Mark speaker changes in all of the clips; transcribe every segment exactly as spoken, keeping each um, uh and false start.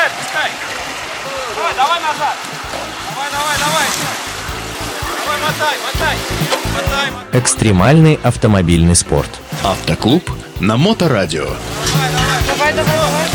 Speaker 1: Пускай, пускай. Давай, давай назад. Давай, давай, давай. Давай, мотай, мотай. Мотай, мотай.
Speaker 2: Экстремальный автомобильный спорт.
Speaker 3: Автоклуб на Моторадио.
Speaker 1: Давай, давай,
Speaker 4: Давай, давай, давай.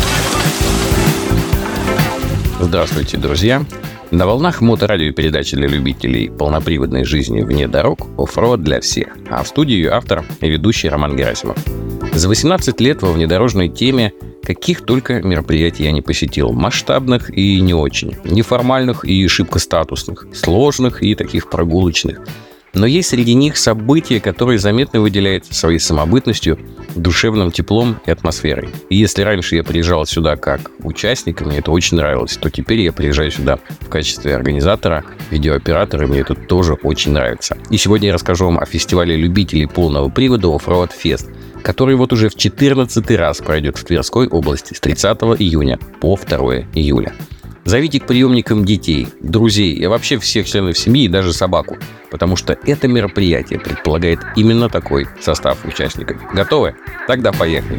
Speaker 5: Здравствуйте, друзья! На волнах Моторадио передачи для любителей полноприводной жизни вне дорог «Оффроуд для всех». А в студии ее автор и ведущий Роман Герасимов. За восемнадцать лет во внедорожной теме каких только мероприятий я не посетил. Масштабных и не очень. Неформальных и шибко статусных. Сложных и таких прогулочных. Но есть среди них события, которые заметно выделяются своей самобытностью, душевным теплом и атмосферой. И если раньше я приезжал сюда как участник, и мне это очень нравилось, то теперь я приезжаю сюда в качестве организатора, видеооператора, и мне это тоже очень нравится. И сегодня я расскажу вам о фестивале любителей полного привода Offroad Fest, который вот уже в четырнадцатый раз пройдет в Тверской области с тридцатого июня по второго июля. Зовите к приемникам детей, друзей и вообще всех членов семьи и даже собаку, потому что это мероприятие предполагает именно такой состав участников. Готовы? Тогда поехали.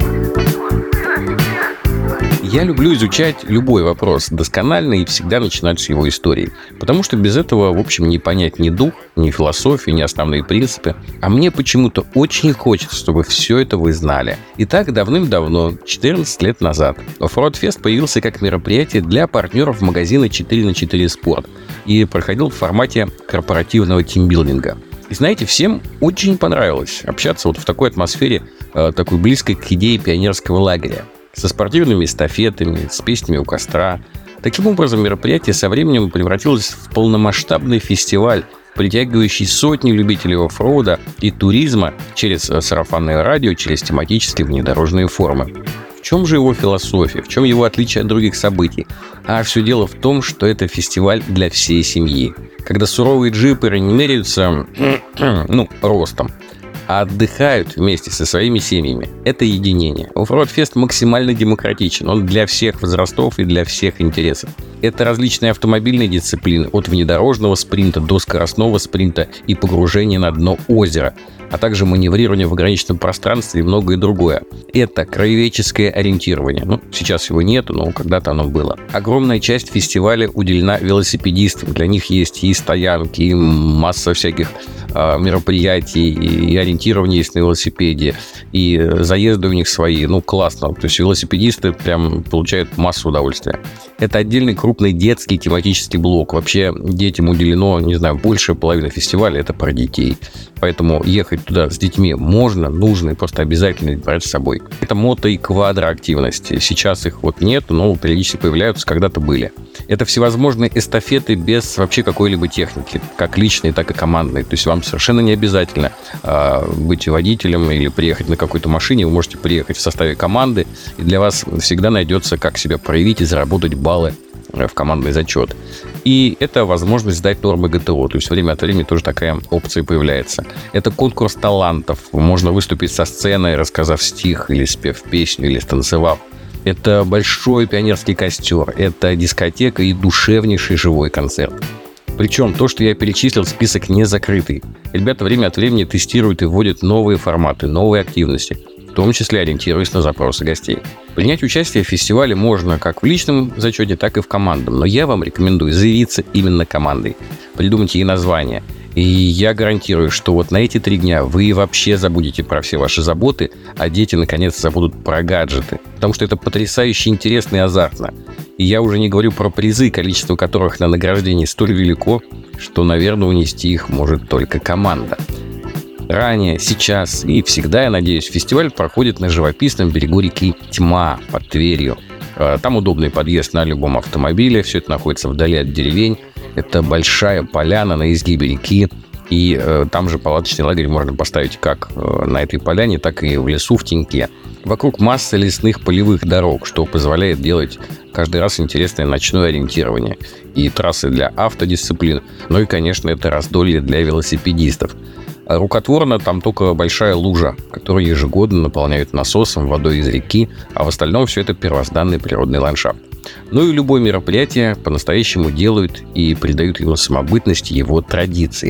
Speaker 5: Я люблю изучать любой вопрос досконально и всегда начинать с его истории, потому что без этого, в общем, не понять ни дух, ни философию, ни основные принципы. А мне почему-то очень хочется, чтобы все это вы знали. Итак, давным-давно, четырнадцать лет назад, Offroad Fest появился как мероприятие для партнеров магазина четыре на четыре Sport и проходил в формате корпоративного тимбилдинга. И знаете, всем очень понравилось общаться вот в такой атмосфере, такой близкой к идее пионерского лагеря, со спортивными эстафетами, с песнями у костра. Таким образом, мероприятие со временем превратилось в полномасштабный фестиваль, притягивающий сотни любителей оффроуда и туризма через сарафанное радио, через тематические внедорожные форумы. В чем же его философия? В чем его отличие от других событий? А все дело в том, что это фестиваль для всей семьи. Когда суровые джиперы не меряются, ну, ростом, а отдыхают вместе со своими семьями. Это единение. Offroad Fest максимально демократичен. Он для всех возрастов и для всех интересов. Это различные автомобильные дисциплины, от внедорожного спринта до скоростного спринта и погружения на дно озера, а также маневрирование в ограниченном пространстве и многое другое. Это краеведческое ориентирование. Ну, сейчас его нет, но когда-то оно было. Огромная часть фестиваля уделена велосипедистам. Для них есть и стоянки, и масса всяких э, мероприятий, и ориентирование есть на велосипеде, и заезды у них свои. Ну, классно. То есть велосипедисты прям получают массу удовольствия. Это отдельный крупный детский тематический блок. Вообще детям уделено, не знаю, большая половина фестиваля — это про детей. Поэтому ехать туда с детьми можно, нужно и просто обязательно брать с собой. Это мото- и квадроактивности. Сейчас их вот нет, но периодически появляются, когда-то были. Это всевозможные эстафеты без вообще какой-либо техники, как личной, так и командной. То есть вам совершенно не обязательно э, быть водителем или приехать на какой-то машине. Вы можете приехать в составе команды, и для вас всегда найдется, как себя проявить и заработать баллы в командный зачет. И это возможность сдать нормы ГТО. То есть время от времени тоже такая опция появляется. Это конкурс талантов. Можно выступить со сцены, рассказав стих, или спев песню, или станцевав. Это большой пионерский костер. Это дискотека и душевнейший живой концерт. Причем то, что я перечислил, список не закрытый. Ребята время от времени тестируют и вводят новые форматы, новые активности, в том числе ориентируясь на запросы гостей. Принять участие в фестивале можно как в личном зачете, так и в командном, но я вам рекомендую заявиться именно командой. Придумайте ей название. И я гарантирую, что вот на эти три дня вы вообще забудете про все ваши заботы, а дети наконец забудут про гаджеты. Потому что это потрясающе интересно и азартно. И я уже не говорю про призы, количество которых на награждении столь велико, что, наверное, унести их может только команда. Ранее, сейчас и всегда, я надеюсь, фестиваль проходит на живописном берегу реки Тьма под Тверью. Там удобный подъезд на любом автомобиле, все это находится вдали от деревень. Это большая поляна на изгибе реки, и э, там же палаточный лагерь можно поставить как э, на этой поляне, так и в лесу в теньке. Вокруг масса лесных полевых дорог, что позволяет делать каждый раз интересное ночное ориентирование. И трассы для автодисциплин, ну и, конечно, это раздолье для велосипедистов. А рукотворно там только большая лужа, которую ежегодно наполняют насосом, водой из реки, а в остальном все это первозданный природный ландшафт. Ну и любое мероприятие по-настоящему делают и придают ему самобытность, его традиции.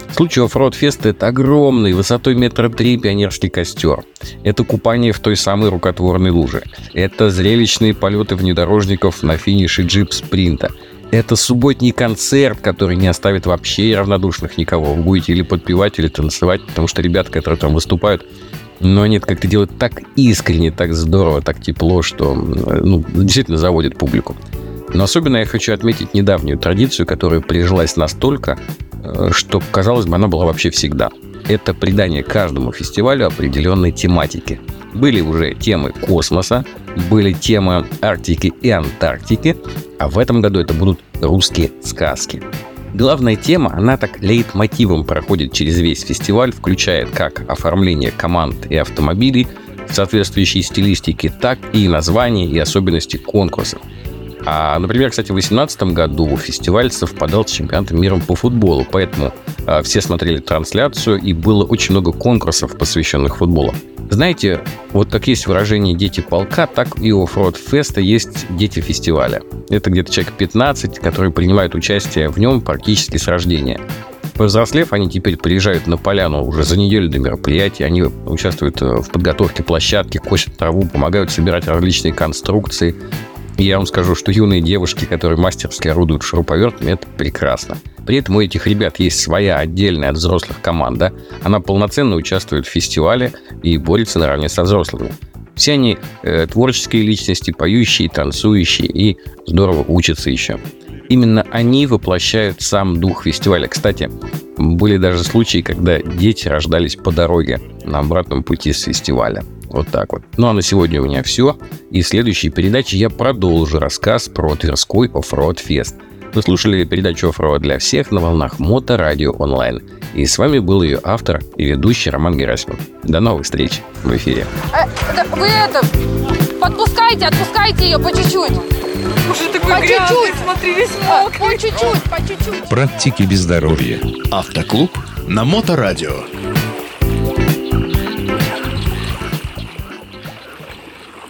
Speaker 5: Случай оффроуд-феста – это огромный, высотой метра три пионерский костер. Это купание в той самой рукотворной луже. Это зрелищные полеты внедорожников на финише джип-спринта. Это субботний концерт, который не оставит вообще равнодушных никого. Вы будете или подпевать, или танцевать, потому что ребята, которые там выступают, но они это как-то делают так искренне, так здорово, так тепло, что ну, действительно заводит публику. Но особенно я хочу отметить недавнюю традицию, которая прижилась настолько, что, казалось бы, она была вообще всегда. Это придание каждому фестивалю определенной тематики. Были уже темы космоса, были темы Арктики и Антарктики, а в этом году это будут русские сказки. Главная тема, она так лейтмотивом проходит через весь фестиваль, включает как оформление команд и автомобилей в соответствующей стилистике, так и названия и особенности конкурсов. А, например, кстати, в две тысячи восемнадцатом году фестиваль совпадал с чемпионатом мира по футболу, поэтому а, все смотрели трансляцию, и было очень много конкурсов, посвященных футболу. Знаете, вот как есть выражение «дети полка», так и у оффроуд-феста есть «дети фестиваля». Это где-то человек пятнадцать, которые принимают участие в нем практически с рождения. Повзрослев, они теперь приезжают на поляну уже за неделю до мероприятия, они участвуют в подготовке площадки, косят траву, помогают собирать различные конструкции. И я вам скажу, что юные девушки, которые мастерски орудуют шуруповертами, это прекрасно. При этом у этих ребят есть своя отдельная от взрослых команда. Она полноценно участвует в фестивале и борется наравне со взрослыми. Все они э, творческие личности, поющие, танцующие и здорово учатся еще. Именно они воплощают сам дух фестиваля. Кстати, были даже случаи, когда дети рождались по дороге на обратном пути с фестиваля. Вот так вот. Ну а на сегодня у меня все. И в следующей передаче я продолжу рассказ про Тверской оффроуд-фест. Вы слушали передачу «Оффроуд для всех» на волнах Моторадио онлайн. И с вами был ее автор и ведущий Роман Герасимов. До новых встреч в эфире.
Speaker 4: Э, да вы это, подпускайте, отпускайте ее по чуть-чуть.
Speaker 6: Уже такой
Speaker 4: По
Speaker 6: грязный,
Speaker 4: чуть-чуть.
Speaker 6: смотри, весь
Speaker 4: По
Speaker 6: мокрый.
Speaker 4: чуть-чуть, по чуть-чуть.
Speaker 2: Практики без здоровья.
Speaker 3: Автоклуб на Моторадио.